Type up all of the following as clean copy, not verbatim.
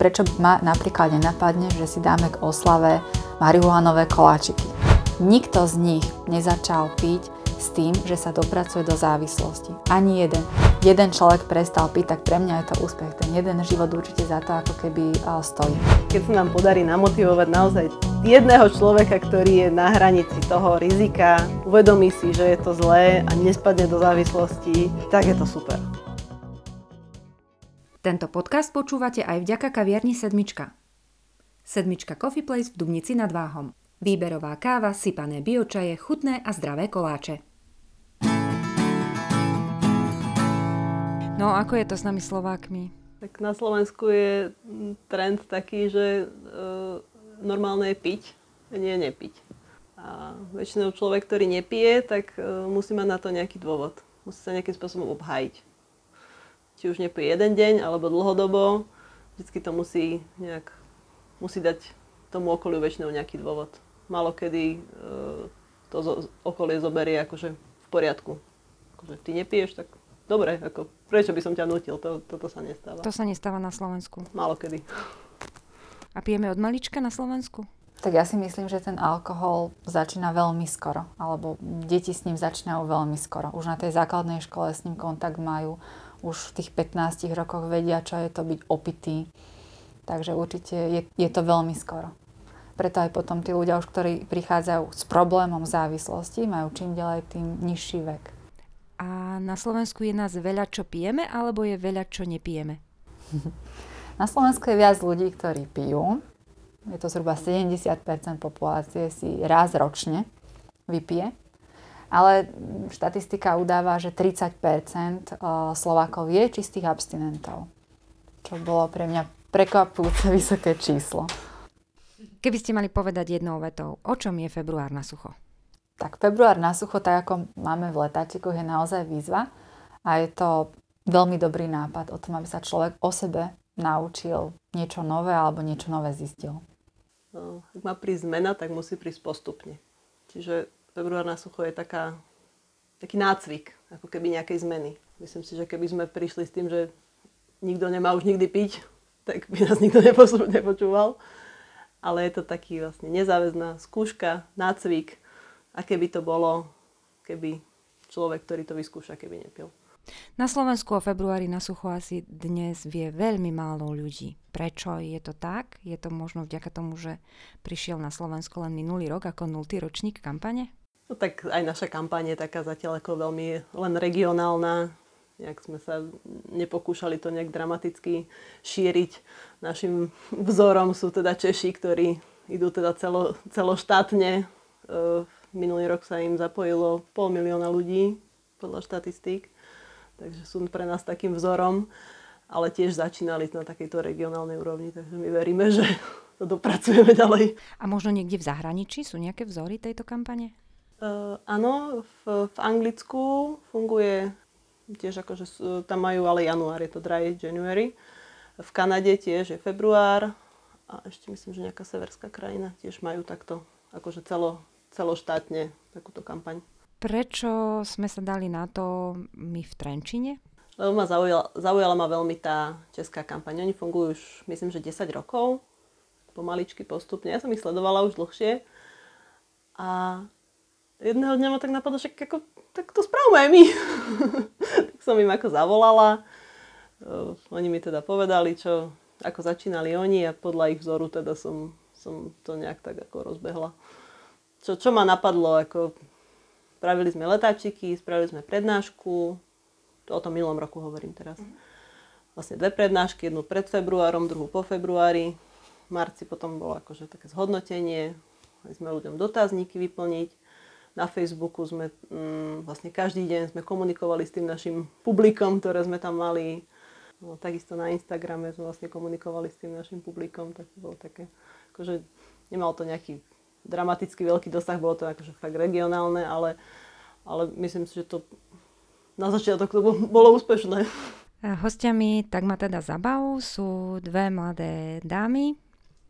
Prečo ma napríklad nenapadne, že si dáme k oslave marihuanové koláčiky? Nikto z nich nezačal piť s tým, že sa dopracuje do závislosti. Ani jeden. Jeden človek prestal piť, tak pre mňa je to úspech. Ten jeden život určite za to ako keby stojí. Keď sa nám podarí namotivovať naozaj jedného človeka, ktorý je na hranici toho rizika, uvedomí si, že je to zlé a nespadne do závislosti, tak je to super. Tento podcast počúvate aj vďaka kaviarni Sedmička. Sedmička Coffee Place v Dubnici nad Váhom. Výberová káva, sypané biočaje, chutné a zdravé koláče. No, ako je to s nami Slovákmi? Tak na Slovensku je trend taký, že normálne je piť, nie nepiť. A väčšinou človek, ktorý nepije, tak musí mať na to nejaký dôvod. Musí sa nejakým spôsobom obhájiť. Či už nepije jeden deň, alebo dlhodobo, vždycky to musí dať tomu okoliu väčšinou nejaký dôvod. Málo kedy to okolie zoberie akože v poriadku. Akože ty nepiješ, tak dobre, ako prečo by som ťa nutil, toto sa nestáva. To sa nestáva na Slovensku. Málo kedy. A pijeme od malička na Slovensku? Tak ja si myslím, že ten alkohol začína veľmi skoro, alebo deti s ním začínajú veľmi skoro. Už na tej základnej škole s ním kontakt majú, už v tých 15 rokoch vedia, čo je to byť opitý. Takže určite je to veľmi skoro. Preto aj potom tí ľudia, už ktorí prichádzajú s problémom závislosti, majú čím ďalej tým nižší vek. A na Slovensku je nás veľa, čo pijeme, alebo je veľa, čo nepijeme? Na Slovensku je viac ľudí, ktorí pijú. Je to zhruba 70% populácie si raz ročne vypije. Ale štatistika udáva, že 30% Slovákov je čistých abstinentov. Čo bolo pre mňa prekvapujúce vysoké číslo. Keby ste mali povedať jednou vetou, o čom je február na sucho? Tak február na sucho, tak ako máme v letáčikoch, je naozaj výzva. A je to veľmi dobrý nápad o tom, aby sa človek o sebe naučil niečo nové alebo niečo nové zistil. No, ak má prísť zmena, tak musí prísť postupne. Čiže február na sucho je taký nácvik, ako keby nejakej zmeny. Myslím si, že keby sme prišli s tým, že nikto nemá už nikdy piť, tak by nás nikto nepočúval. Ale je to taký vlastne nezáväzná skúška, nácvik, aké by to bolo, keby človek, ktorý to vyskúša, keby nepil. Na Slovensku o februári na sucho asi dnes vie veľmi málo ľudí. Prečo je to tak? Je to možno vďaka tomu, že prišiel na Slovensko len minulý rok ako 0. ročník kampane? No tak aj naša kampaň je taká zatiaľ ako veľmi len regionálna. Nejak sme sa nepokúšali to nejak dramaticky šíriť. Našim vzorom sú teda Češi, ktorí idú teda celoštátne. Minulý rok sa im zapojilo 500 000 ľudí podľa štatistík. Takže sú pre nás takým vzorom, ale tiež začínali na takejto regionálnej úrovni, takže my veríme, že to dopracujeme ďalej. A možno niekde v zahraničí sú nejaké vzory tejto kampane? Áno, v Anglicku funguje tiež akože tam majú ale január, je to Dry January. V Kanade tiež je február a ešte myslím, že nejaká severská krajina tiež majú takto akože celoštátne takúto kampaň. Prečo sme sa dali na to my v Trenčine? Lebo ma zaujala ma veľmi tá česká kampaň. Oni fungujú už, myslím, že 10 rokov. Pomaličky, postupne. Ja som ich sledovala už dlhšie. A jedného dňa ma tak napadlo, že tak to spravme aj my. Tak som im ako zavolala. Oni mi teda povedali, ako začínali oni a podľa ich vzoru teda som to nejak tak ako rozbehla. Čo ma napadlo, spravili sme letáčiky, spravili sme prednášku, to o tom minulom roku hovorím teraz. Vlastne 2 prednášky, jednu pred februárom, druhú po februári. V marci potom bolo akože také zhodnotenie, mali sme ľuďom dotazníky vyplniť. Na Facebooku sme vlastne každý deň sme komunikovali s tým našim publikom, ktoré sme tam mali. No, takisto na Instagrame sme vlastne komunikovali s tým našim publikom, tak to bolo také, akože nemalo to nejaký dramaticky veľký dosah, bolo to akože fakt regionálne, ale myslím si, že to na začiatok to bolo úspešné. Hostiami Tak ma teda zabav sú 2 mladé dámy,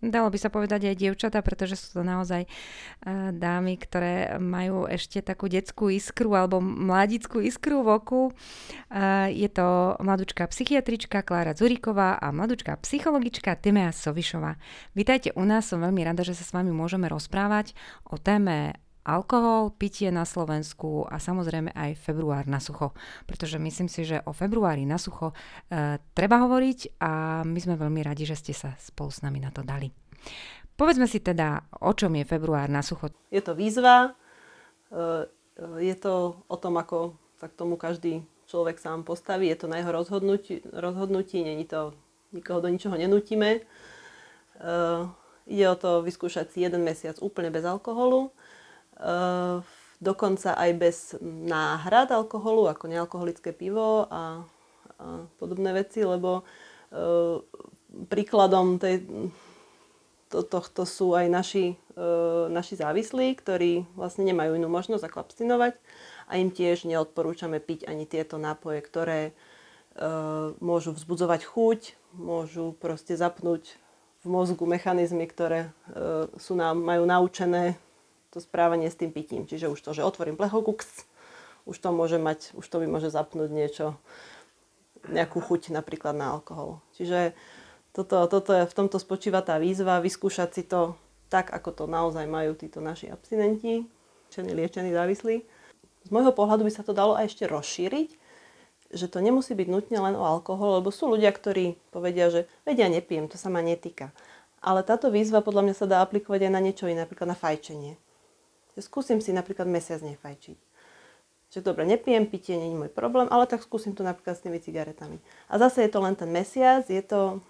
Dalo by sa povedať aj dievčatá, pretože sú to naozaj dámy, ktoré majú ešte takú detskú iskru alebo mladickú iskru v oku. Je to mladúčka psychiatrička Klára Dzuriková a mladúčka psychologička Timea Sovišová. Vítajte u nás, som veľmi rada, že sa s vami môžeme rozprávať o téme alkohol, pitie na Slovensku a samozrejme aj február na sucho. Pretože myslím si, že o februári na sucho treba hovoriť a my sme veľmi radi, že ste sa spolu s nami na to dali. Povedzme si teda, o čom je február na sucho. Je to výzva, je to o tom, ako sa k tomu každý človek sám postaví, je to na jeho rozhodnutí, není to, nikoho do ničoho nenútime. Ide o to vyskúšať si 1 mesiac úplne bez alkoholu, dokonca aj bez náhrad alkoholu, ako nealkoholické pivo a podobné veci, lebo príkladom tohto sú aj naši závislí, ktorí vlastne nemajú inú možnosť ako abstinovať a im tiež neodporúčame piť ani tieto nápoje, ktoré môžu vzbudzovať chuť, môžu proste zapnúť v mozgu mechanizmy, ktoré majú naučené to správanie s tým pitím. Čiže už to, že otvorím plechovku, už to mi môže zapnúť nejakú chuť napríklad na alkohol. Čiže v tomto spočíva tá výzva, vyskúšať si to tak, ako to naozaj majú títo naši abstinenti, liečení závislí. Z môjho pohľadu by sa to dalo aj ešte rozšíriť, že to nemusí byť nutne len o alkohol, lebo sú ľudia, ktorí povedia, že vedia, nepijem, to sa ma netýka. Ale táto výzva podľa mňa sa dá aplikovať aj na niečo iné, napríklad na fajčenie. Skúsim si napríklad mesiac nefajčiť. Že dobre, nepijem, pitie nie je môj problém, ale tak skúsim to napríklad s tými cigaretami. A zase je to len ten mesiac, nie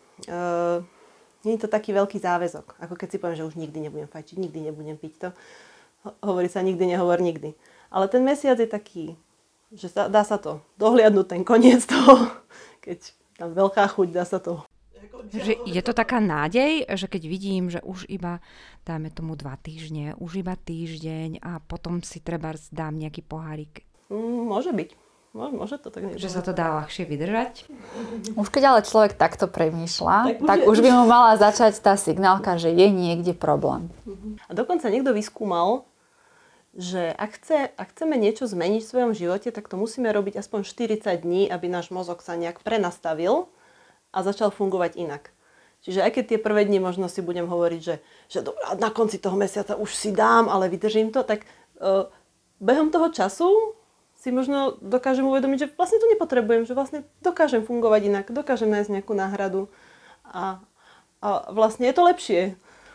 je to taký veľký záväzok, ako keď si poviem, že už nikdy nebudem fajčiť, nikdy nebudem piť to. Hovorí sa nikdy, nehovor nikdy. Ale ten mesiac je taký, že dá sa to dohliadnúť, ten koniec toho, keď tam veľká chuť, dá sa to. Že je to taká nádej, že keď vidím, že už iba, dáme tomu 2 týždne, už iba týždeň a potom si treba dám nejaký pohárik. Môže byť. Môže to tak. Že sa to dá ľahšie vydržať. Už keď ale človek takto premýšľa, tak už by mu mala začať tá signálka, že je niekde problém. A dokonca niekto vyskúmal, že ak chceme niečo zmeniť v svojom živote, tak to musíme robiť aspoň 40 dní, aby náš mozog sa nejak prenastavil a začal fungovať inak. Čiže aj keď tie prvé dni možno si budem hovoriť, že dobrá, na konci toho mesiaca už si dám, ale vydržím to, tak behom toho času si možno dokážem uvedomiť, že vlastne to nepotrebujem, že vlastne dokážem fungovať inak, dokážem nájsť nejakú náhradu a vlastne je to lepšie.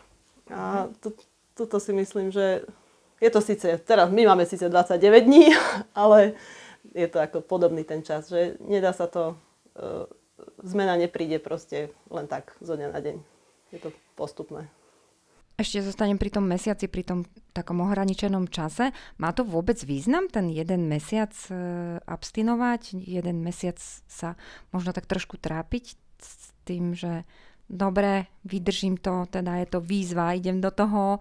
A toto si myslím, že je to síce, teraz my máme síce 29 dní, ale je to ako podobný ten čas, že nedá sa to, zmena nepríde proste len tak zo dňa na deň. Je to postupné. Ešte zostanem pri tom mesiaci, pri tom takom ohraničenom čase. Má to vôbec význam ten 1 mesiac abstinovať? 1 mesiac sa možno tak trošku trápiť s tým, že dobre, vydržím to, teda je to výzva, idem do toho,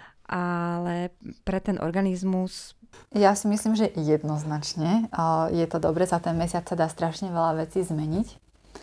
ale pre ten organizmus... Ja si myslím, že jednoznačne je to dobre, za ten mesiac sa dá strašne veľa vecí zmeniť.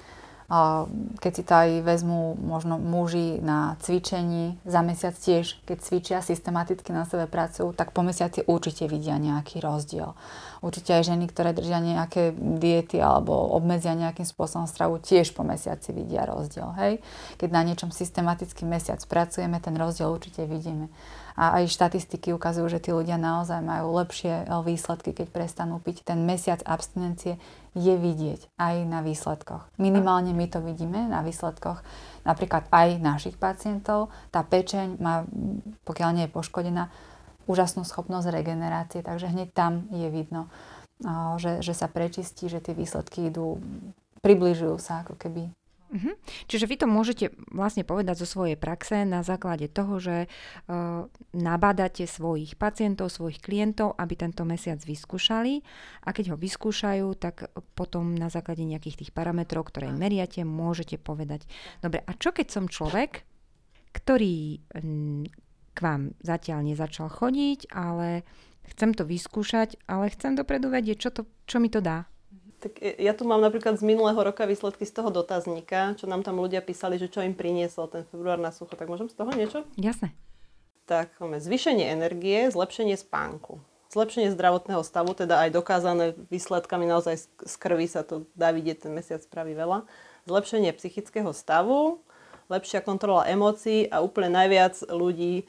Keď si to aj vezmú možno muži na cvičení, za mesiac tiež, keď cvičia, systematicky na sebe pracujú, tak po mesiaci určite vidia nejaký rozdiel. Určite aj ženy, ktoré držia nejaké diety alebo obmedzia nejakým spôsobom stravu, tiež po mesiaci vidia rozdiel. Hej? Keď na niečom systematicky mesiac pracujeme, ten rozdiel určite vidíme. A aj štatistiky ukazujú, že tí ľudia naozaj majú lepšie výsledky, keď prestanú piť. Ten mesiac abstinencie je vidieť aj na výsledkoch. Minimálne my to vidíme na výsledkoch napríklad aj našich pacientov. Tá pečeň má, pokiaľ nie je poškodená, úžasnú schopnosť regenerácie, takže hneď tam je vidno, že sa prečistí, že tie výsledky približujú sa ako keby. Čiže vy to môžete vlastne povedať zo svojej praxe na základe toho, že nabádate svojich pacientov, svojich klientov, aby tento mesiac vyskúšali a keď ho vyskúšajú, tak potom na základe nejakých tých parametrov, ktoré meriate, môžete povedať, dobre, a čo keď som človek, ktorý k vám zatiaľ nezačal chodiť, ale chcem to vyskúšať, ale chcem dopredu vedieť, čo mi to dá. Tak ja tu mám napríklad z minulého roka výsledky z toho dotazníka, čo nám tam ľudia písali, že čo im priniesol ten február na sucho. Tak môžem z toho niečo? Jasné. Tak máme zvýšenie energie, zlepšenie spánku, zlepšenie zdravotného stavu, teda aj dokázané výsledkami, naozaj z krvi sa to dá vidieť, ten mesiac spraví veľa. Zlepšenie psychického stavu, lepšia kontrola emócií a úplne najviac ľudí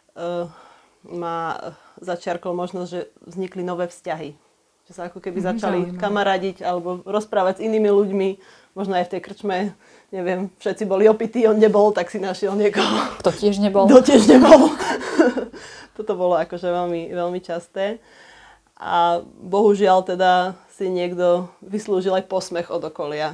má začiarkol možnosť, že vznikli nové vzťahy. Že sa ako keby začali kamaradiť alebo rozprávať s inými ľuďmi, možno aj v tej krčme, neviem, všetci boli opití, on nebol, tak si našiel niekoho. Kto tiež nebol. Kto tiež nebol. Toto bolo akože veľmi, veľmi časté. A bohužiaľ teda si niekto vyslúžil aj posmech od okolia.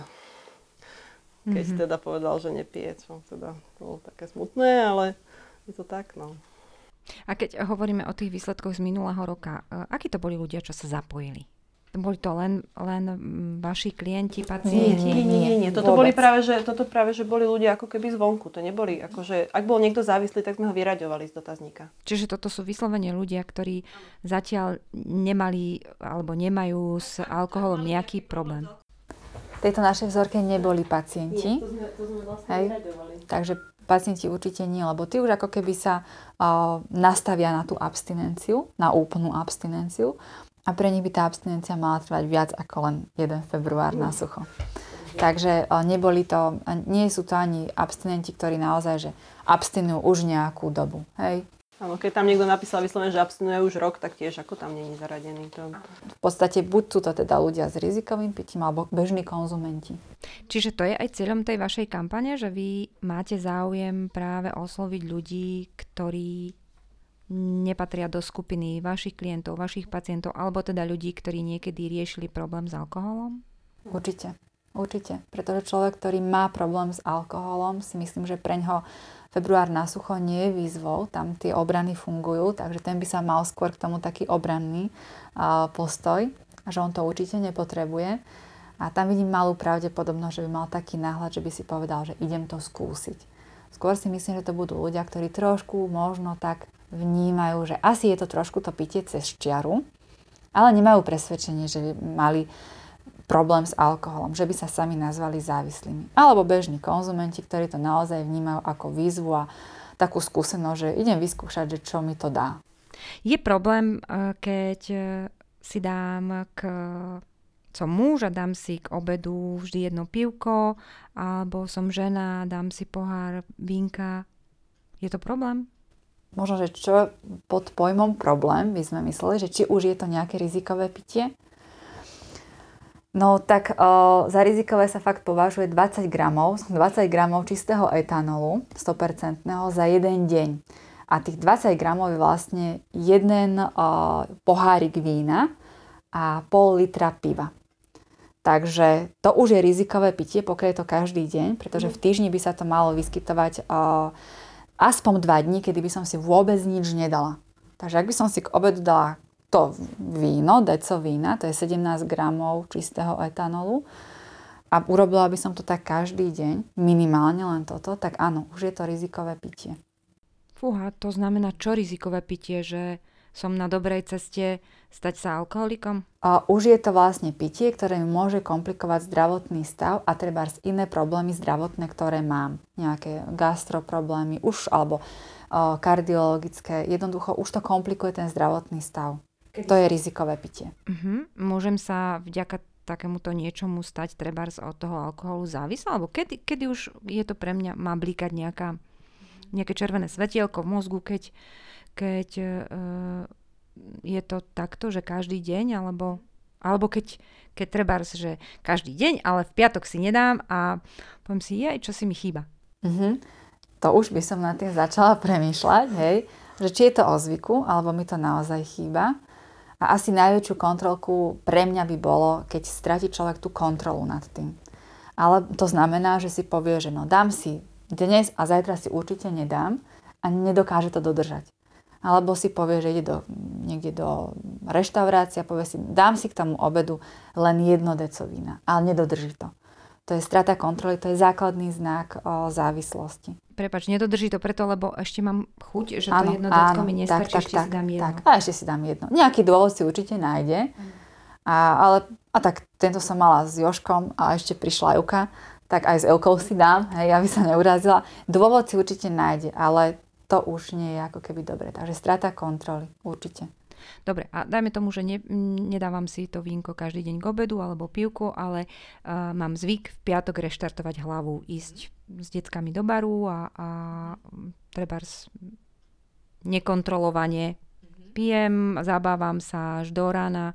Keď teda povedal, že nepije, čo teda to bolo také smutné, ale je to tak, no. A keď hovoríme o tých výsledkoch z minulého roka, akí to boli ľudia, čo sa zapojili? Boli to len vaši klienti, pacienti? Nie. Toto práve, že boli ľudia ako keby zvonku. To neboli, akože, ak bol niekto závislý, tak sme ho vyraďovali z dotazníka. Čiže toto sú vyslovene ľudia, ktorí zatiaľ nemali alebo nemajú s alkoholom nejaký problém. V tejto našej vzorke neboli pacienti. Nie, to sme vlastne vyraďovali. Takže pacienti určite nie, lebo tí už ako keby sa nastavia na tú abstinenciu, na úplnú abstinenciu a pre nich by tá abstinencia mala trvať viac ako len 1 február na sucho. Takže nie sú to ani abstinenti, ktorí naozaj že abstinujú už nejakú dobu. Hej. Áno, keď tam niekto napísal vyslovene, že abstinuje už rok, tak tiež ako tam nie je zaradený. V podstate buď sú to teda ľudia s rizikovým pitím alebo bežní konzumenti. Čiže to je aj cieľom tej vašej kampane, že vy máte záujem práve osloviť ľudí, ktorí nepatria do skupiny vašich klientov, vašich pacientov, alebo teda ľudí, ktorí niekedy riešili problém s alkoholom? Určite. Pretože človek, ktorý má problém s alkoholom, si myslím, že preňho február na sucho nie je výzvou, tam tie obrany fungujú, takže ten by sa mal skôr k tomu taký obranný postoj, že on to určite nepotrebuje. A tam vidím malú pravdepodobnosť, že by mal taký náhľad, že by si povedal, že idem to skúsiť. Skôr si myslím, že to budú ľudia, ktorí trošku možno tak vnímajú, že asi je to trošku to pitie cez čiaru, ale nemajú presvedčenie, že by mali problém s alkoholom, že by sa sami nazvali závislými. Alebo bežní konzumenti, ktorí to naozaj vnímajú ako výzvu a takú skúsenosť, že idem vyskúšať, že čo mi to dá. Je problém, keď si dám som muž a dám si k obedu vždy jedno pivko, alebo som žena, dám si pohár vínka. Je to problém? Možno, že čo pod pojmom problém by sme mysleli, že či už je to nejaké rizikové pitie? No tak za rizikové sa fakt považuje 20 gramov čistého etanolu, 100% za jeden deň. A tých 20 gramov je vlastne jeden pohárik vína a pol litra piva. Takže to už je rizikové pitie, pokiaľ je to každý deň, pretože v týždni by sa to malo vyskytovať aspoň 2 dní, kedy by som si vôbec nič nedala. Takže ak by som si k obedu dala to víno, deco vína, to je 17 gramov čistého etanolu a urobila by som to tak každý deň, minimálne len toto, tak áno, už je to rizikové pitie. Fúha, to znamená čo rizikové pitie, že som na dobrej ceste stať sa alkoholikom? Už je to vlastne pitie, ktoré mi môže komplikovať zdravotný stav a trebárs iné problémy zdravotné, ktoré mám. Nejaké gastroproblémy, alebo kardiologické. Jednoducho už to komplikuje ten zdravotný stav. To je rizikové pitie. Môžem sa vďaka takémuto niečomu stať trebárs od toho alkoholu závislá? Alebo kedy už je to pre mňa, má blikať nejaké červené svetielko v mozgu, keď je to takto, že každý deň, alebo keď trebárs, že každý deň, ale v piatok si nedám a poviem si, čo si mi chýba. To už by som nad tým začala premýšľať, hej, že či je to o zvyku, alebo mi to naozaj chýba. A asi najväčšiu kontrolku pre mňa by bolo, keď stratí človek tú kontrolu nad tým. Ale to znamená, že si povie, že no dám si dnes a zajtra si určite nedám a nedokáže to dodržať. Alebo si povie, že ide niekde do reštaurácie a povie si, dám si k tomu obedu len 1 deco vína, ale nedodrží to. To je strata kontroly, to je základný znak závislosti. Prepáč, nedodrží to preto, lebo ešte mám chuť, že to jedno decko mi nestačí, ešte si dám jedno. A ešte si dám jedno. Nejaký dôvod si určite nájde, ale A tak tento som mala s Jožkom a ešte prišla Euka, tak aj s Eukou si dám, hej, aby sa neurazila. Dôvod si určite nájde, ale to už nie je ako keby dobre. Takže strata kontroly, určite. Dobre, a dajme tomu, že nedávam si to vínko každý deň k obedu alebo pivku, ale mám zvyk v piatok reštartovať hlavu, ísť s deckami do baru a trebárs nekontrolovane pijem, zabávam sa až do rána.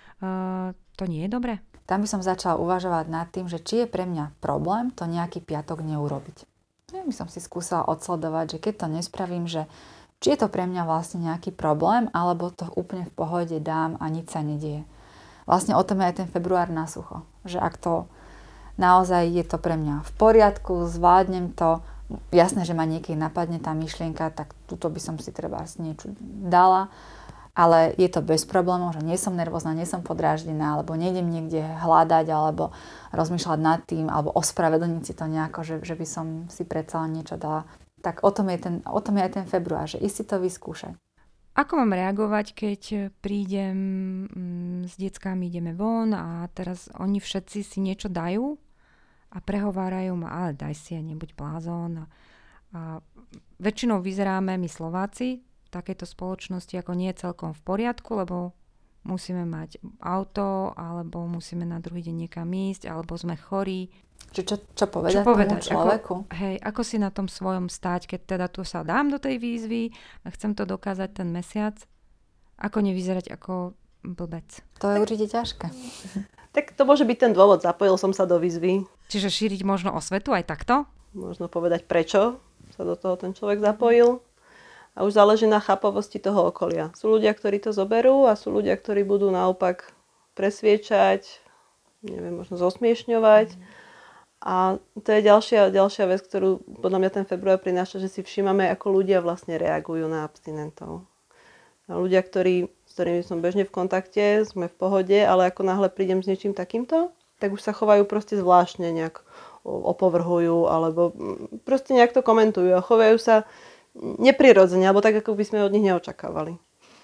To nie je dobre? Tam by som začala uvažovať nad tým, že či je pre mňa problém to nejaký piatok neurobiť. Ja by som si skúsala odsledovať, že keď to nespravím, že či je to pre mňa vlastne nejaký problém, alebo to úplne v pohode dám a nič sa nedieje. Vlastne o tom je aj ten február na sucho. Že ak to naozaj je to pre mňa v poriadku, zvládnem to, jasné, že ma niekedy napadne tá myšlienka, tak tuto by som si treba niečo dala, ale je to bez problémov, že nie som nervózna, nie som podráždená, alebo nejdem niekde hľadať, alebo rozmýšľať nad tým, alebo ospravedlniť si to nejako, že by som si predsa len niečo dala. Tak o tom je aj ten február, že ísť si to vyskúšať. Ako mám reagovať, keď prídem s deckami, ideme von a teraz oni všetci si niečo dajú a prehovárajú ma, ale daj si, nebuď blázon. A väčšinou vyzeráme my Slováci v takejto spoločnosti ako nie celkom v poriadku, lebo musíme mať auto, alebo musíme na druhý deň niekam ísť, alebo sme chorí. Čo povedať tomu človeku? Ako si na tom svojom stáť, keď teda tu sa dám do tej výzvy a chcem to dokázať ten mesiac, ako nevyzerať ako blbec. To je určite ťažké. Tak to môže byť ten dôvod, zapojil som sa do výzvy. Čiže šíriť možno osvetu aj takto? Možno povedať, prečo sa do toho ten človek zapojil. A už záleží na chápavosti toho okolia. Sú ľudia, ktorí to zoberú a sú ľudia, ktorí budú naopak presviečať, možno zosmiešňovať. A to je ďalšia vec, ktorú podľa mňa ten február prináša, že si všímame, ako ľudia vlastne reagujú na abstinentov. A ľudia, s ktorými som bežne v kontakte, sme v pohode, ale ako náhle prídem s niečím takýmto, tak už sa chovajú proste zvláštne, nejak opovrhujú, alebo proste nejak to komentujú a chovajú sa neprirodzene, alebo tak, ako by sme od nich neočakávali.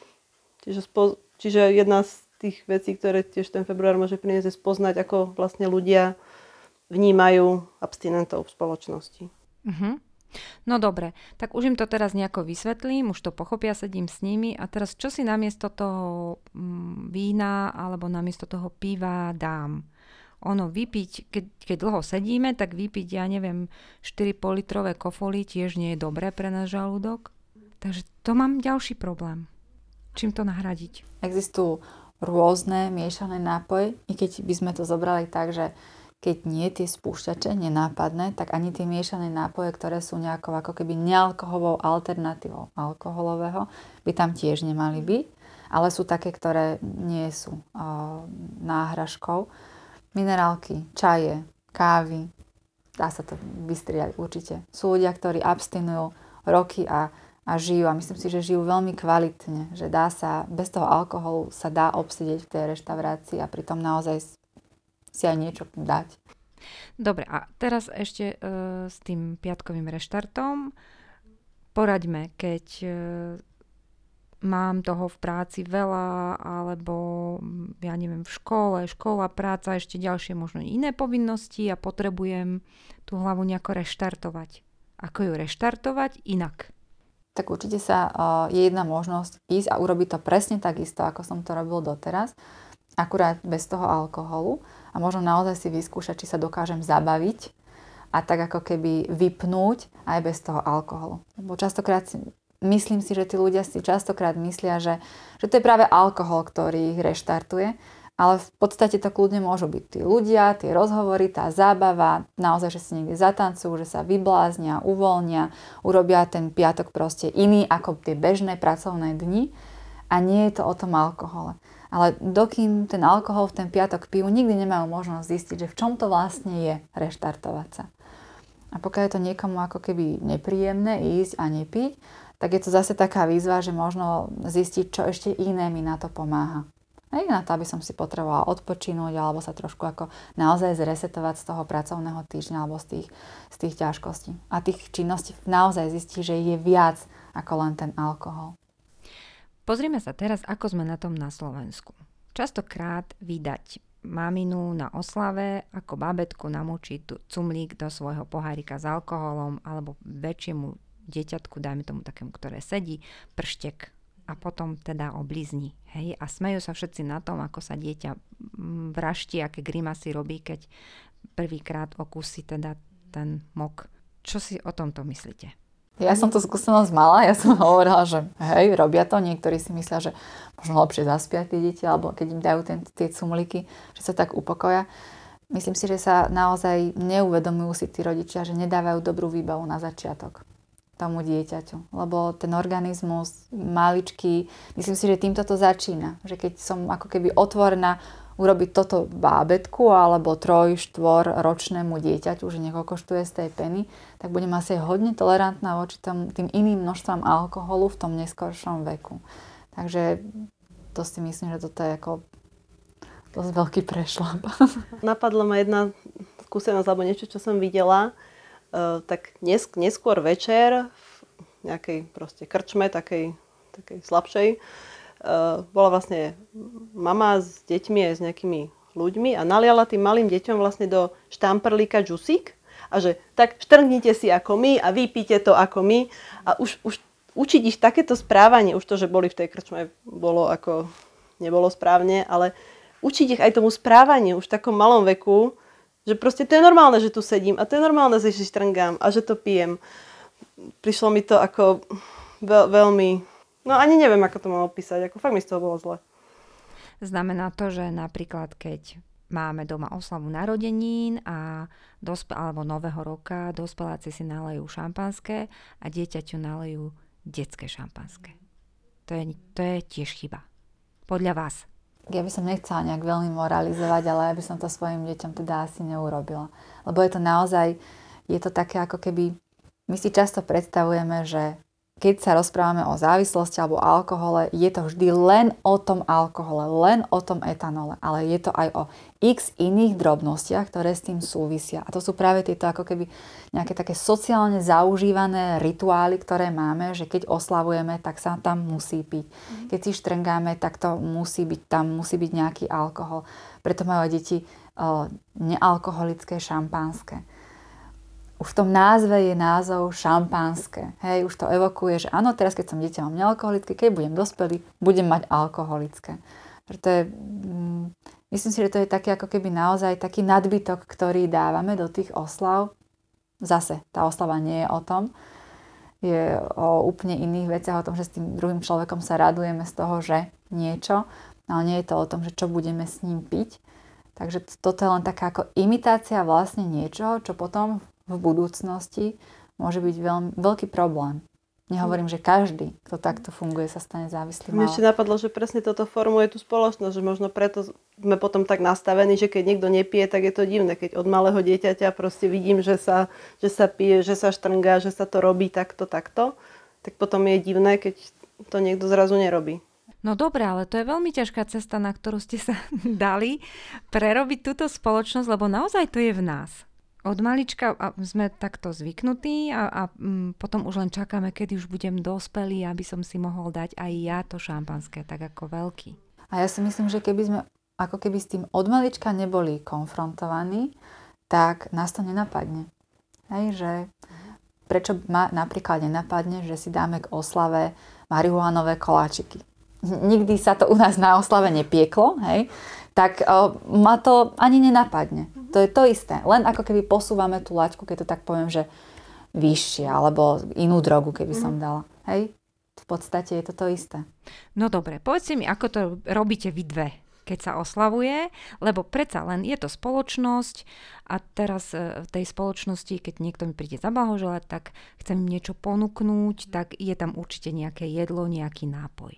Čiže jedna z tých vecí, ktoré tiež ten február môže priniesť, je spoznať, ako vlastne ľudia vnímajú abstinentov v spoločnosti. Uh-huh. No dobre, tak už im to teraz nejako vysvetlím, už to pochopia, sedím s nimi a teraz čo si namiesto toho vína alebo namiesto toho piva dám? Ono vypiť, keď dlho sedíme, tak vypiť, 4,5 litrové kofoly tiež nie je dobré pre náš žalúdok. Takže to mám ďalší problém. Čím to nahradiť? Existujú rôzne miešané nápoje, i keď by sme to zobrali tak, že keď nie tie spúšťače, nenápadné, tak ani tie miešané nápoje, ktoré sú nejakou ako keby nealkoholovou alternatívou alkoholového, by tam tiež nemali byť, ale sú také, ktoré nie sú náhražkou. Minerálky, čaje, kávy, dá sa to vystriedať určite. Sú ľudia, ktorí abstinujú roky a žijú a myslím si, že žijú veľmi kvalitne, že dá sa, bez toho alkoholu sa dá obsedieť v tej reštaurácii a pritom naozaj si aj niečo dať. Dobre, a teraz ešte s tým piatkovým reštartom. Poraďme, keď mám toho v práci veľa, alebo v škola, práca, ešte ďalšie možno iné povinnosti a potrebujem tú hlavu nejako reštartovať. Ako ju reštartovať inak? Tak určite je jedna možnosť ísť a urobiť to presne takisto, ako som to robil doteraz, akurát bez toho alkoholu a možno naozaj si vyskúšať, či sa dokážem zabaviť a tak ako keby vypnúť aj bez toho alkoholu. Lebo častokrát myslím si, že tí ľudia si častokrát myslia, že to je práve alkohol, ktorý ich reštartuje, ale v podstate to kľudne môžu byť tí ľudia, tie rozhovory, tá zábava, naozaj, že si niekde zatancujú, že sa vybláznia, uvoľnia, urobia ten piatok proste iný ako tie bežné pracovné dni a nie je to o tom alkohole. Ale dokým ten alkohol v ten piatok pijú, nikdy nemajú možnosť zistiť, že v čom to vlastne je reštartovať sa. A pokiaľ je to niekomu ako keby nepríjemné ísť a nepiť, tak je to zase taká výzva, že možno zistiť, čo ešte iné mi na to pomáha. Aj na to, aby som si potrebovala odpočinúť alebo sa trošku ako naozaj zresetovať z toho pracovného týždňa alebo z tých ťažkostí. A tých činností naozaj zistí, že je viac ako len ten alkohol. Pozrime sa teraz, ako sme na tom na Slovensku. Častokrát vydať maminu na oslave ako bábätku namočí cumlík do svojho pohárika s alkoholom alebo väčšiemu dieťatku, dajme tomu takému, ktoré sedí, prštek a potom teda oblizni. Hej? A smejú sa všetci na tom, ako sa dieťa vraští, aké grimasy robí, keď prvýkrát okúsi teda ten mok. Čo si o tomto myslíte? Ja som to skúsenosť mala, ja som hovorila, že hej, robia to, niektorí si myslia, že možno lepšie zaspiať tie deti, alebo keď im dajú tie cumliky, že sa tak upokoja. Myslím si, že sa naozaj neuvedomujú si tí rodičia, že nedávajú dobrú výbavu na začiatok tomu dieťaťu. Lebo ten organizmus maličký, myslím si, že týmto to začína. Že keď som ako keby otvorená urobiť toto bábätku alebo 3-4 ročnému dieťaťu, že nech okoštuje z tej peny, tak budem asi hodne tolerantná voči tým iným množstvom alkoholu v tom neskoršom veku. Takže to si myslím, že toto je ako dosť veľký prešľap. Napadla ma jedna skúsenosť alebo niečo, čo som videla. Tak neskôr večer v nejakej proste krčme, takej slabšej, bola vlastne mama s deťmi aj s nejakými ľuďmi a naliala tým malým deťom vlastne do štamprlíka džusík a že tak štrngnite si ako my a vypíte to ako my a už učiť ich takéto správanie, už to, že boli v tej krčme, nebolo správne, ale učiť ich aj tomu správaniu už v takom malom veku, že proste to je normálne, že tu sedím a to je normálne, že si štrngám a že to pijem. Prišlo mi to ako veľmi... No ani neviem, ako to mám opísať, ako fakt mi z toho bolo zle. Znamená to, že napríklad keď máme doma oslavu narodenín alebo nového roka, dospeláci si nalejú šampanské a dieťaťu nalejú detské šampanské. To je tiež chyba. Podľa vás. Ja by som nechcela nejak veľmi moralizovať, ale ja by som to svojim deťom teda asi neurobila. Lebo je to naozaj, je to také ako keby, my si často predstavujeme, že keď sa rozprávame o závislosti alebo alkohole, je to vždy len o tom alkohole, len o tom etanole, ale je to aj o x iných drobnostiach, ktoré s tým súvisia. A to sú práve tieto ako keby nejaké také sociálne zaužívané rituály, ktoré máme, že keď oslavujeme, tak sa tam musí piť. Keď si štrngáme, tak to musí byť, tam musí byť nejaký alkohol. Preto majú deti nealkoholické šampanské. Už v tom názve je názov šampanské. Hej, už to evokuje, že áno, teraz keď som dieťa, mám nealkoholické, keď budem dospelý, budem mať alkoholické. Preto myslím si, že to je taký ako keby naozaj taký nadbytok, ktorý dávame do tých oslav. Zase, tá oslava nie je o tom. Je o úplne iných veciach, o tom, že s tým druhým človekom sa radujeme z toho, že niečo, ale nie je to o tom, že čo budeme s ním piť. Takže toto je len taká ako imitácia vlastne niečoho, čo potom v budúcnosti môže byť veľký problém. Nehovorím, že každý, kto takto funguje, sa stane závislým. Mne ešte napadlo, že presne toto formuje tú spoločnosť, že možno preto sme potom tak nastavení, že keď niekto nepije, tak je to divné. Keď od malého dieťaťa proste vidím, že sa pije, že sa štrngá, že sa to robí takto, tak potom je divné, keď to niekto zrazu nerobí. No dobré, ale to je veľmi ťažká cesta, na ktorú ste sa dali prerobiť túto spoločnosť, lebo naozaj to je v nás. Od malička sme takto zvyknutí a potom už len čakáme, kedy už budem dospelý, aby som si mohol dať aj ja to šampanské, tak ako veľký. A ja si myslím, že keby sme ako keby s tým od malička neboli konfrontovaní, tak nás to nenapadne. Hej, že prečo ma napríklad nenapadne, že si dáme k oslave marihuanové koláčiky. Nikdy sa to u nás na oslave nepieklo, hej, tak ma to ani nenapadne. To je to isté. Len ako keby posúvame tú laťku, keď to tak poviem, že vyššie, alebo inú drogu, keby som dala. Hej? V podstate je to isté. No dobre, povedzte mi, ako to robíte vy dve, keď sa oslavuje, lebo predsa len je to spoločnosť a teraz v tej spoločnosti, keď niekto mi príde zablahoželať, tak chcem im niečo ponúknuť, tak je tam určite nejaké jedlo, nejaký nápoj.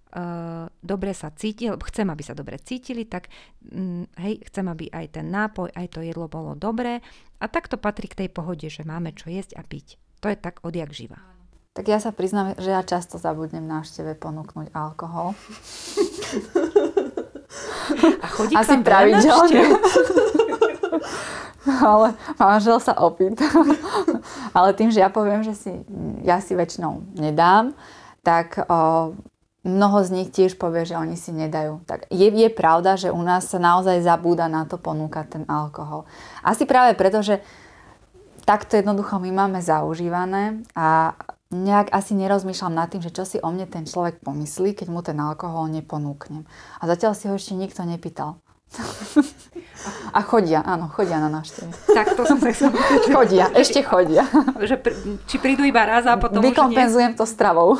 Dobre sa cíti, lebo chcem, aby sa dobre cítili, tak chcem, aby aj ten nápoj, aj to jedlo bolo dobré a tak to patrí k tej pohode, že máme čo jesť a piť. To je tak odjak živa. Tak ja sa priznám, že ja často zabudnem návšteve ponúknuť alkohol. A chodí asi pravidelne. Ale manžel sa opýta. Ale tým, že ja poviem, že ja si väčšinou nedám, tak mnoho z nich tiež povie, že oni si nedajú. Tak je pravda, že u nás sa naozaj zabúda na to ponúkať ten alkohol. Asi práve preto, že takto jednoducho my máme zaužívané a nejak asi nerozmýšľam nad tým, že čo si o mne ten človek pomyslí, keď mu ten alkohol neponúknem. A zatiaľ si ho ešte nikto nepýtal. A chodia na návštevy. Tak to som sa chcela Ešte chodia. Či prídu iba raz a potom vykompenzujem to stravou.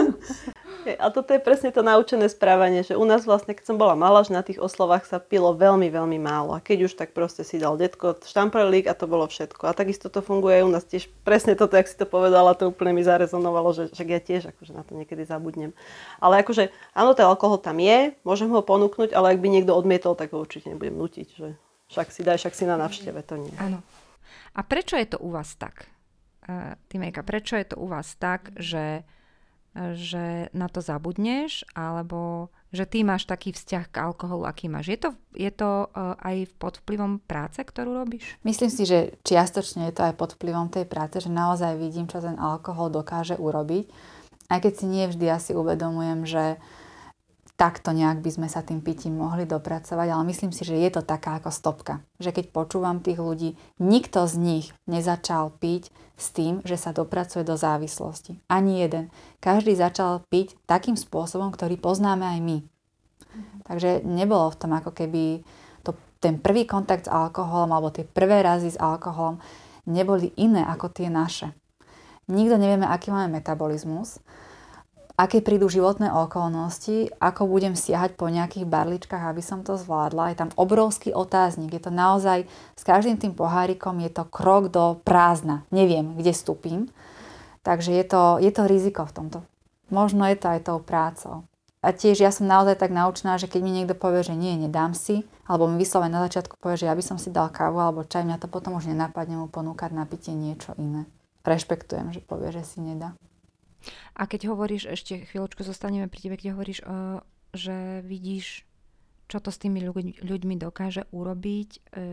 A toto je presne to naučené správanie, že u nás vlastne, keď som bola malá, že na tých oslovách sa pilo veľmi, veľmi málo. A keď už, tak proste si dal detko štamprlík a to bolo všetko. A takisto to funguje u nás tiež presne toto, jak si to povedala, to úplne mi zarezonovalo, že ja tiež akože na to niekedy zabudnem. Ale akože, áno, ten alkohol tam je, môžem ho ponúknuť, ale ak by niekto odmietol, tak ho určite nebudem nutiť, že však si na návšteve, to nie. Áno. A prečo je to u vás tak? Timejka, prečo je to u vás tak, že na to zabudneš, alebo že ty máš taký vzťah k alkoholu, aký máš. Je to aj pod vplyvom práce, ktorú robíš? Myslím si, že čiastočne je to aj pod vplyvom tej práce, že naozaj vidím, čo ten alkohol dokáže urobiť. Aj keď si nie vždy asi uvedomujem, že takto nejak by sme sa tým pitím mohli dopracovať, ale myslím si, že je to taká ako stopka. Že keď počúvam tých ľudí, nikto z nich nezačal piť s tým, že sa dopracuje do závislosti. Ani jeden. Každý začal piť takým spôsobom, ktorý poznáme aj my. Takže nebolo v tom ako keby ten prvý kontakt s alkoholom alebo tie prvé razy s alkoholom neboli iné ako tie naše. Nikto nevieme, aký máme metabolizmus, aké prídu životné okolnosti, ako budem siahať po nejakých barličkách, aby som to zvládla. Je tam obrovský otáznik. Je to naozaj, s každým tým pohárikom je to krok do prázdna. Neviem, kde vstúpim. Takže je to riziko v tomto. Možno je to aj tou prácou. A tiež ja som naozaj tak naučená, že keď mi niekto povie, že nie, nedám si, alebo mi vyslovene na začiatku povie, že ja by som si dal kávu alebo čaj, mňa to potom už nenapadne mu ponúkať na pitie niečo iné. Rešpektujem, že povie, že si nedá. A keď hovoríš, ešte chvíľočku zostaneme pri tebe, keď hovoríš, že vidíš, čo to s tými ľuďmi dokáže urobiť,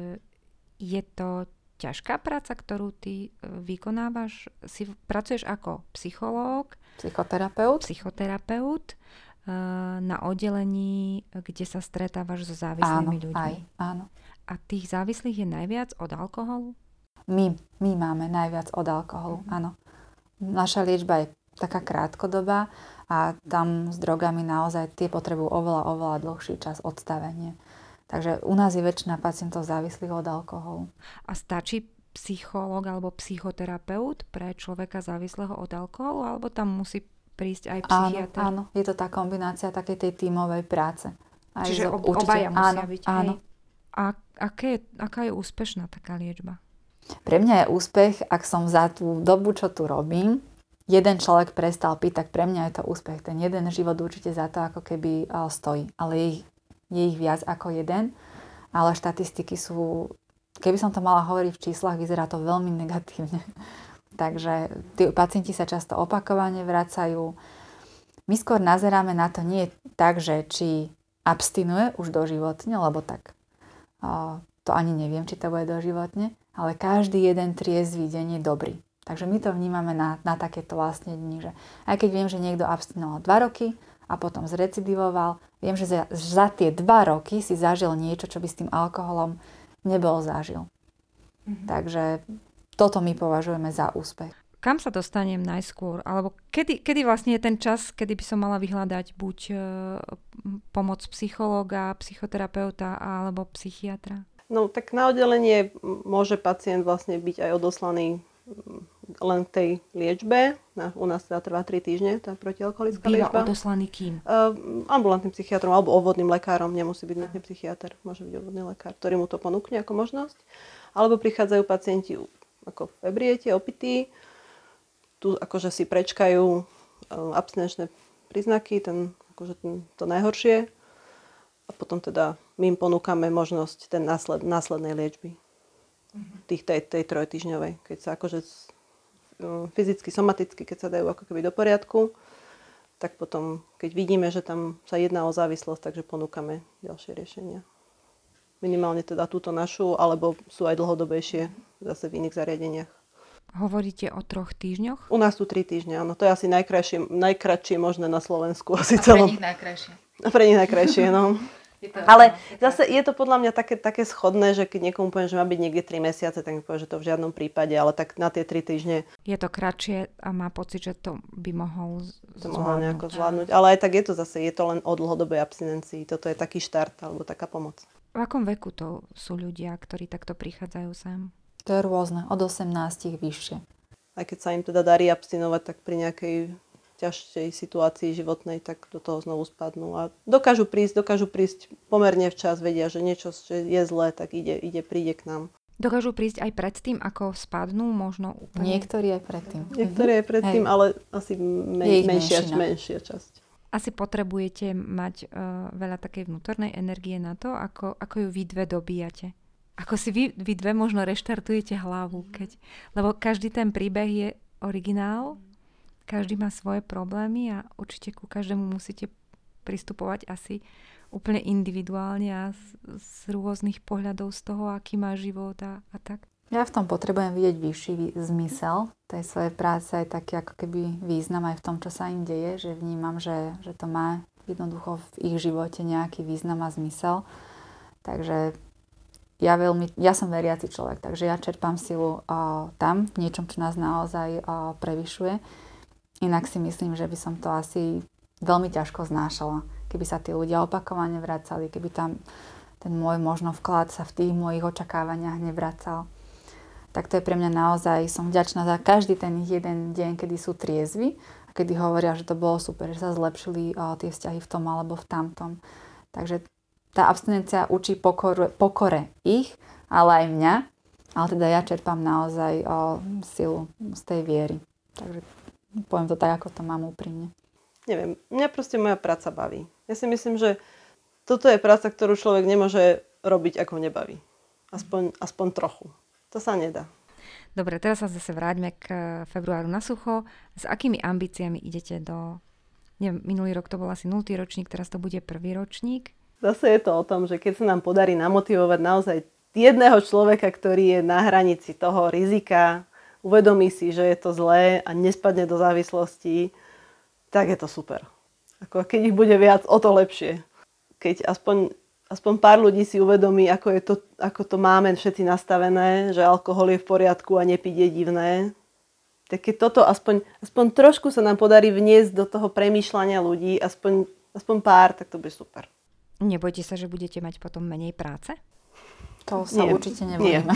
je to ťažká práca, ktorú ty vykonávaš? Pracuješ ako psychológ? Psychoterapeut na oddelení, kde sa stretávaš so závislými ľuďmi. Áno. A tých závislých je najviac od alkoholu? My máme najviac od alkoholu, áno. Naša liečba je taká krátkodobá a tam s drogami naozaj tie potrebujú oveľa dlhší čas odstavenie. Takže u nás je väčšina pacientov závislých od alkoholu. A stačí psychológ alebo psychoterapeut pre človeka závislého od alkoholu, alebo tam musí prísť aj psychiatr? Áno, je to tá kombinácia takej tej tímovej práce. Aj čiže obaja musia byť. Áno. A aká je úspešná taká liečba? Pre mňa je úspech, ak som za tú dobu, čo tu robím, jeden človek prestal piť, tak pre mňa je to úspech. Ten jeden život určite za to ako keby stojí. Ale je ich viac ako jeden. Ale štatistiky sú, keby som to mala hovoriť v číslach, vyzerá to veľmi negatívne. Takže tí pacienti sa často opakovane vracajú. My skôr nazeráme na to nie tak, že či abstinuje už doživotne, lebo tak to ani neviem, či to bude doživotne, ale každý jeden triezvy deň je dobrý. Takže my to vnímame na takéto vlastne dni, že aj keď viem, že niekto abstinoval 2 roky a potom zrecidivoval, viem, že za tie 2 roky si zažil niečo, čo by s tým alkoholom nebol zažil. Takže toto my považujeme za úspech. Kam sa dostanem najskôr? Alebo kedy vlastne je ten čas, kedy by som mala vyhľadať buď pomoc psychológa, psychoterapeuta alebo psychiatra? No tak na oddelenie môže pacient vlastne byť aj odoslaný len v tej liečbe. U nás teda trvá 3 týždne, tá protialkoholická liečba. Býva odoslaný kým? Ambulantným psychiatrom alebo obvodným lekárom. Nemusí byť nutne psychiatr, môže byť obvodný lekár, ktorý mu to ponúkne ako možnosť. Alebo prichádzajú pacienti ako v ebriete, opití. Tu akože si prečkajú abstinenčné príznaky, to najhoršie. A potom teda my im ponúkame možnosť ten následnej liečby. tej 3-týždňovej, keď sa akože fyzicky, somaticky, keď sa dajú ako keby do poriadku, tak potom, keď vidíme, že tam sa jedná o závislosť, takže ponúkame ďalšie riešenia. Minimálne teda túto našu, alebo sú aj dlhodobejšie zase v iných zariadeniach. Hovoríte o 3 týždňoch? U nás tu 3 týždne, áno. To je asi najkratšie možné na Slovensku. Asi A pre nich najkrajšie. A pre nich najkrajšie, no. Ale zase je to podľa mňa také schodné, že keď niekomu poviem, že má byť niekde 3 mesiace, tak mi povie, že to v žiadnom prípade, ale tak na tie 3 týždne Je to kratšie a má pocit, že to by mohol to mohol nejako zvládnuť. Ale aj tak je to len o dlhodobej abstinencii. Toto je taký štart alebo taká pomoc. V akom veku to sú ľudia, ktorí takto prichádzajú sem? To je rôzne, od 18 vyššie. Aj keď sa im teda darí abstinovať, tak pri nejakej ťažšej situácii životnej, tak do toho znovu spadnú. A dokážu prísť pomerne včas, vedia, že niečo je zlé, tak príde k nám. Dokážu prísť aj predtým, ako spadnú, možno úplne? Niektorí aj predtým. Niektorí aj predtým, ale asi menšia časť. Asi potrebujete mať veľa takej vnútornej energie na to, ako ju vy dve dobíjate. Ako si vy dve možno reštartujete hlavu, lebo každý ten príbeh je originál, každý má svoje problémy a určite ku každému musíte pristupovať asi úplne individuálne a z rôznych pohľadov z toho, aký má život a tak. Ja v tom potrebujem vidieť vyšší zmysel tej svojej práce, aj taký ako keby význam aj v tom, čo sa im deje, že vnímam, že to má jednoducho v ich živote nejaký význam a zmysel. Takže ja som veriaci človek, takže ja čerpám silu tam, v niečom, čo nás naozaj prevyšuje. Inak si myslím, že by som to asi veľmi ťažko znášala, keby sa tí ľudia opakovane vracali, keby tam ten môj možno vklad sa v tých mojich očakávaniach nevracal. Tak to je pre mňa naozaj, som vďačná za každý ten jeden deň, kedy sú triezvi a kedy hovoria, že to bolo super, že sa zlepšili tie vzťahy v tom alebo v tamtom. Takže tá abstinencia učí pokore ich, ale aj mňa, ale teda ja čerpám naozaj silu z tej viery. Takže poviem to tak, ako to mám úprimne. Neviem, mňa proste moja práca baví. Ja si myslím, že toto je práca, ktorú človek nemôže robiť, ako nebaví. Aspoň trochu. To sa nedá. Dobre, teraz sa zase vráťme k februáru na sucho. S akými ambíciami idete do... Neviem, minulý rok to bol asi 0. ročník, teraz to bude 1. ročník. Zase je to o tom, že keď sa nám podarí namotivovať naozaj jedného človeka, ktorý je na hranici toho rizika, uvedomí si, že je to zlé a nespadne do závislosti, tak je to super. Keď ich bude viac, o to lepšie. Keď aspoň pár ľudí si uvedomí, ako to máme všetci nastavené, že alkohol je v poriadku a nepiť je divné, tak keď toto aspoň trošku sa nám podarí vniesť do toho premýšľania ľudí, aspoň pár, tak to bude super. Nebojte sa, že budete mať potom menej práce? To sa určite nebudeme.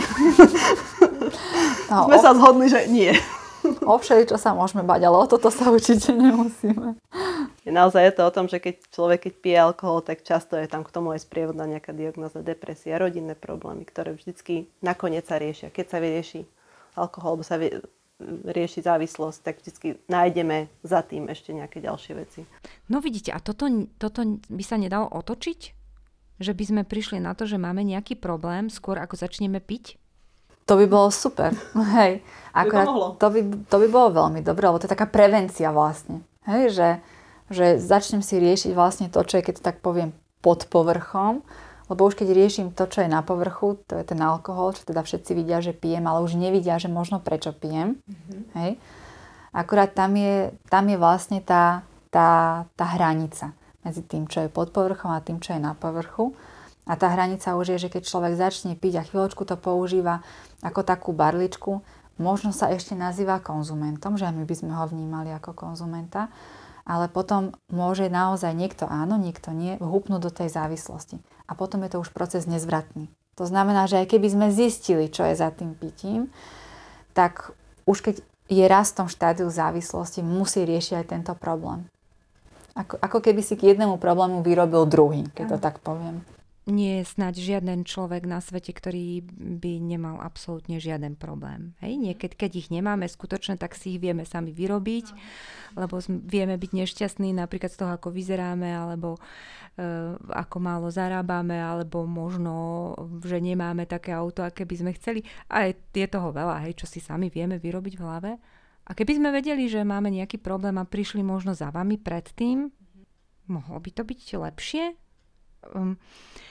Sme sa zhodli, že nie. O všeličo sa môžeme bať, ale o toto sa určite nemusíme. Naozaj je to o tom, že keď pije alkohol, tak často je tam k tomu aj sprievodná nejaká diagnóza depresia, rodinné problémy, ktoré vždycky nakoniec sa riešia. Keď sa vyrieši alkohol, alebo sa rieši závislosť, tak vždycky nájdeme za tým ešte nejaké ďalšie veci. No vidíte, a toto by sa nedalo otočiť? Že by sme prišli na to, že máme nejaký problém skôr ako začneme piť? To by bolo super. Hej. Akorát to by bolo veľmi dobré, lebo to je taká prevencia vlastne. Hej, že začnem si riešiť vlastne to, čo je, keď to tak poviem, pod povrchom. Lebo už keď riešim to, čo je na povrchu, to je ten alkohol, čo teda všetci vidia, že pijem, ale už nevidia, že možno prečo pijem. Hej. Akurát tam je vlastne tá hranica medzi tým, čo je pod povrchom a tým, čo je na povrchu. A tá hranica už je, že keď človek začne piť a chvíľočku to používa ako takú barličku, možno sa ešte nazýva konzumentom, že my by sme ho vnímali ako konzumenta, ale potom môže naozaj niekto áno, niekto nie, vhupnúť do tej závislosti. A potom je to už proces nezvratný. To znamená, že aj keby sme zistili, čo je za tým pitím, tak už keď je raz v tom štádiu závislosti, musí riešiť aj tento problém. Ako keby si k jednému problému vyrobil druhý, keď to tak poviem. Nie je snáď žiaden človek na svete, ktorý by nemal absolútne žiaden problém. Hej? Niekedy, keď ich nemáme skutočne, tak si ich vieme sami vyrobiť, lebo vieme byť nešťastní napríklad z toho, ako vyzeráme, alebo ako málo zarábame, alebo možno, že nemáme také auto, aké by sme chceli. A je toho veľa, hej, čo si sami vieme vyrobiť v hlave. A keby sme vedeli, že máme nejaký problém a prišli možno za vami predtým, mohlo by to byť lepšie?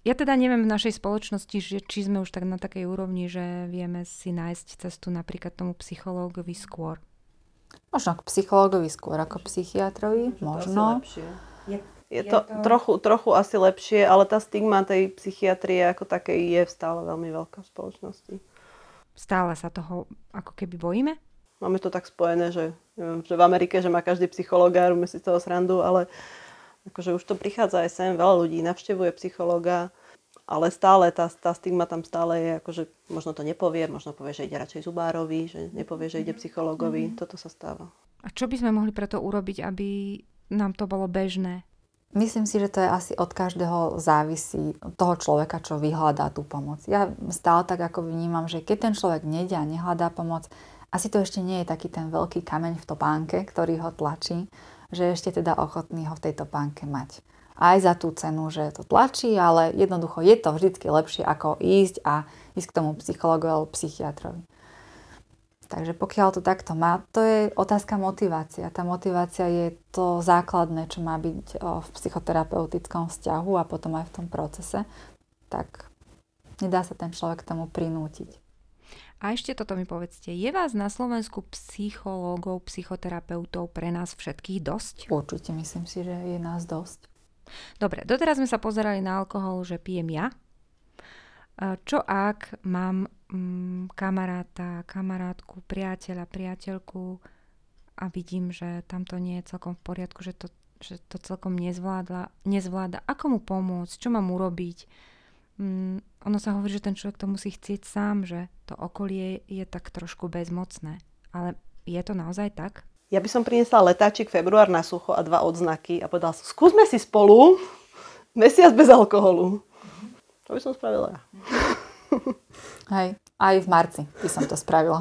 Ja teda neviem v našej spoločnosti, že či sme už tak na takej úrovni, že vieme si nájsť cestu napríklad tomu psychológovi skôr. Možno k psychológovi skôr ako psychiatrovi, možno. Je to trochu asi lepšie, ale tá stigma tej psychiatrie ako takej je stále veľmi veľká v spoločnosti. Stále sa toho ako keby bojíme? Máme to tak spojené, že, neviem, že v Amerike, že má každý psychológa, robíme si z toho srandu, ale akože už to prichádza aj sem, veľa ľudí navštevuje psychológa, ale stále tá stigma tam stále je, akože možno to nepovie, možno povie, že ide radšej zubárovi, že nepovie, že ide psychológovi. Toto sa stáva. A čo by sme mohli preto urobiť, aby nám to bolo bežné? Myslím si, že to je asi od každého závisí, od toho človeka, čo vyhľadá tú pomoc. Ja stále tak ako vnímam, že keď ten človek nejde a nehľadá pomoc, asi to ešte nie je taký ten veľký kameň v topánke, ktorý ho tlačí, že ešte teda ochotný ho v tej topánke mať. Aj za tú cenu, že to tlačí, ale jednoducho je to vždy lepšie ako ísť k tomu psychologovi alebo psychiatrovi. Takže pokiaľ to takto má, to je otázka motivácia. Tá motivácia je to základné, čo má byť v psychoterapeutickom vzťahu a potom aj v tom procese. Tak nedá sa ten človek k tomu prinútiť. A ešte toto mi povedzte, je vás na Slovensku psychológov, psychoterapeutov pre nás všetkých dosť? Určite myslím si, že je nás dosť. Dobre, doteraz sme sa pozerali na alkohol, že pijem ja. Čo ak mám kamaráta, kamarátku, priateľa, priateľku a vidím, že tamto nie je celkom v poriadku, že to celkom nezvláda. Ako mu pomôcť? Čo mám urobiť? Ono sa hovorí, že ten človek to musí chcieť sám, že to okolie je tak trošku bezmocné. Ale je to naozaj tak? Ja by som priniesla letáčik Február na sucho a 2 odznaky a povedala som, skúsme si spolu mesiac bez alkoholu. To by som spravila ja. Hej, aj v marci by som to spravila.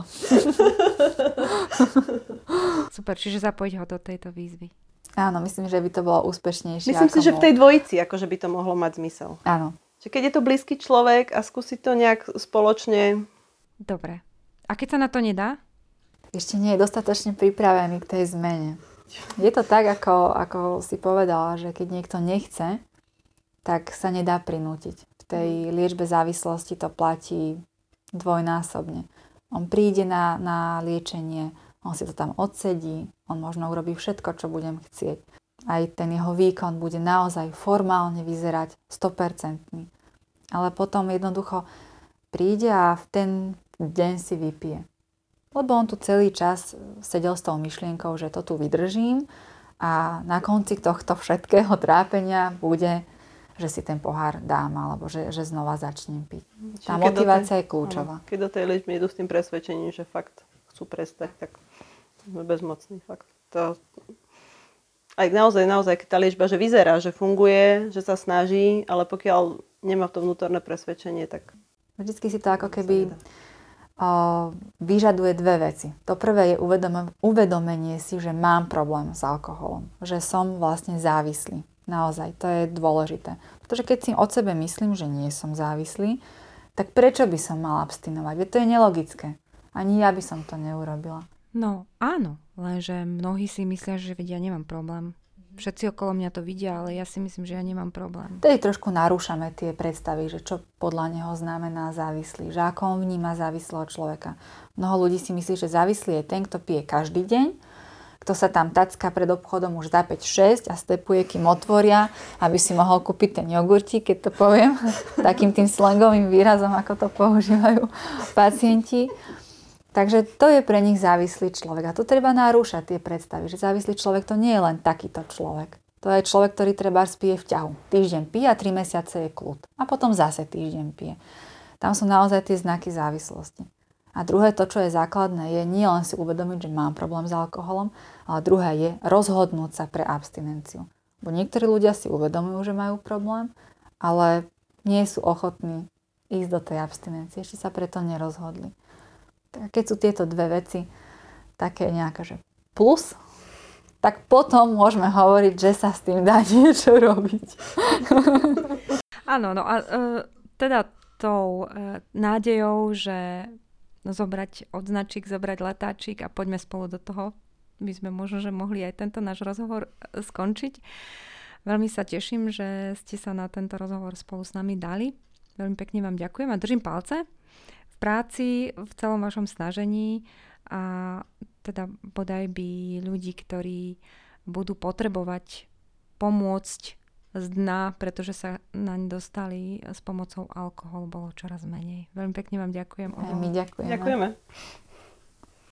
Super, čiže zapojiť ho do tejto výzvy. Áno, myslím, že by to bolo úspešnejšie. Myslím si, že v tej dvojici akože by to mohlo mať zmysel. Áno. Že keď je to blízky človek a skúsiť to nejak spoločne. Dobre. A keď sa na to nedá? Ešte nie je dostatočne pripravený k tej zmene. Je to tak, ako si povedala, že keď niekto nechce, tak sa nedá prinútiť. V tej liečbe závislosti to platí dvojnásobne. On príde na liečenie, on si to tam odsedí, on možno urobí všetko, čo budem chcieť. Aj ten jeho výkon bude naozaj formálne vyzerať 100%. Ale potom jednoducho príde a v ten deň si vypije. Lebo on tu celý čas sedel s tou myšlienkou, že to tu vydržím a na konci tohto všetkého trápenia bude, že si ten pohár dám alebo že znova začnem piť. Tá motivácia je kľúčová. Keď do tej liečby idú s tým presvedčením, že fakt chcú prestať, tak sme bezmocní. Fakt. Aj naozaj, keď tá liečba že vyzerá, že funguje, že sa snaží, ale pokiaľ nemá to vnútorné presvedčenie, tak... Vždycky si to ako keby vyžaduje dve veci. To prvé je uvedomenie si, že mám problém s alkoholom. Že som vlastne závislý. Naozaj, to je dôležité. Pretože keď si od sebe myslím, že nie som závislý, tak prečo by som mala abstinovať? Veď to je nelogické. Ani ja by som to neurobila. No áno, lenže mnohí si myslia, že vedia, ja nemám problém. Všetci okolo mňa to vidia, ale ja si myslím, že ja nemám problém. Tedy trošku narúšame tie predstavy, že čo podľa neho znamená závislý, že ako on vníma závislého človeka. Mnoho ľudí si myslí, že závislý je ten, kto pije každý deň, kto sa tam tacká pred obchodom už za 5-6 a stepuje, kým otvoria, aby si mohol kúpiť ten jogurtík, keď to poviem, takým tým slangovým výrazom, ako to používajú pacienti. Takže to je pre nich závislý človek. A tu treba narúšať tie predstavy, že závislý človek to nie je len takýto človek. To je človek, ktorý treba spije v ťahu. Týždeň pije a 3 mesiace je kľud. A potom zase týždeň pije. Tam sú naozaj tie znaky závislosti. A druhé, to, čo je základné, je nie len si uvedomiť, že mám problém s alkoholom, ale druhé je rozhodnúť sa pre abstinenciu. Bo niektorí ľudia si uvedomujú, že majú problém, ale nie sú ochotní ísť do tej abstinencie. Ešte sa preto nerozhodli. Tak keď sú tieto dve veci také nejaké, že plus, tak potom môžeme hovoriť, že sa s tým dá niečo robiť. Áno, no a teda tou nádejou, že zobrať odznačík, zobrať letáčik a poďme spolu do toho, by sme možno, že mohli aj tento náš rozhovor skončiť. Veľmi sa teším, že ste sa na tento rozhovor spolu s nami dali. Veľmi pekne vám ďakujem a držím palce v práci, v celom vašom snažení a teda bodaj by ľudí, ktorí budú potrebovať pomôcť z dna, pretože sa naň dostali s pomocou alkoholu, bolo čoraz menej. Veľmi pekne vám ďakujem. My ďakujeme. Ďakujeme.